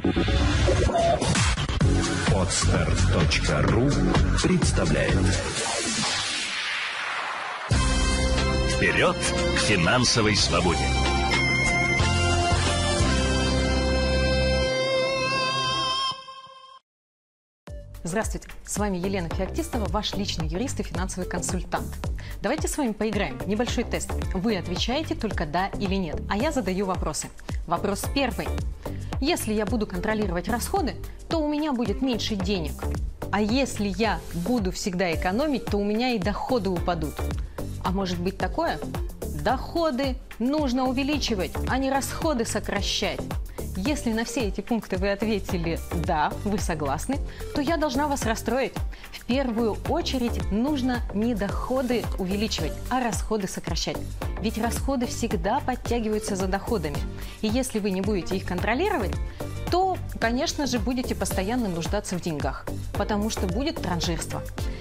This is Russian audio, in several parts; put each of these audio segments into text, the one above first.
Podster.ru представляет. Вперед к финансовой свободе! Здравствуйте, с вами Елена Феоктистова, ваш личный юрист и финансовый консультант. Давайте с вами поиграем. Небольшой тест. Вы отвечаете только «да» или «нет», а я задаю вопросы. Вопрос первый. Если я буду контролировать расходы, то у меня будет меньше денег. А если я буду всегда экономить, то у меня и доходы упадут. А может быть такое? Доходы нужно увеличивать, а не расходы сокращать. Если на все эти пункты вы ответили «да», вы согласны, то я должна вас расстроить. В первую очередь нужно не доходы увеличивать, а расходы сокращать. Ведь расходы всегда подтягиваются за доходами. И если вы не будете их контролировать, то, конечно же, будете постоянно нуждаться в деньгах, потому что будет транжирство.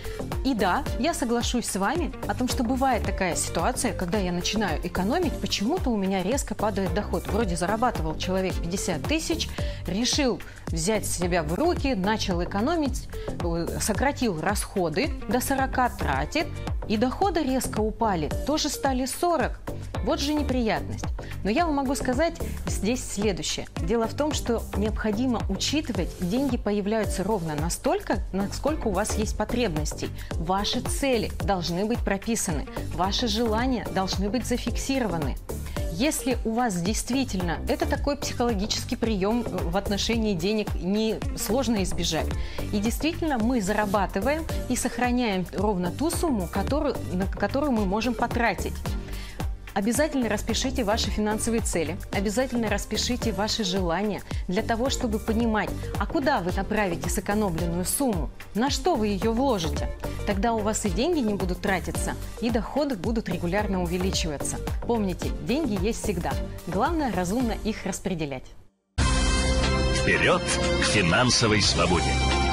И да, я соглашусь с вами о том, что бывает такая ситуация, когда я начинаю экономить, почему-то у меня резко падает доход. Вроде зарабатывал человек 50 тысяч, решил взять себя в руки, начал экономить, сократил расходы, до 40 тратит, и доходы резко упали, тоже стали 40. Вот же неприятность. Но я вам могу сказать здесь следующее. Дело в том, что необходимо учитывать, деньги появляются ровно настолько, насколько у вас есть потребностей. Ваши цели должны быть прописаны, ваши желания должны быть зафиксированы. Если у вас действительно, это такой психологический прием в отношении денег, не сложно избежать. И действительно мы зарабатываем и сохраняем ровно ту сумму, на которую мы можем потратить. Обязательно распишите ваши финансовые цели, обязательно распишите ваши желания для того, чтобы понимать, а куда вы направите сэкономленную сумму, на что вы ее вложите. Тогда у вас и деньги не будут тратиться, и доходы будут регулярно увеличиваться. Помните, деньги есть всегда. Главное, разумно их распределять. Вперед к финансовой свободе!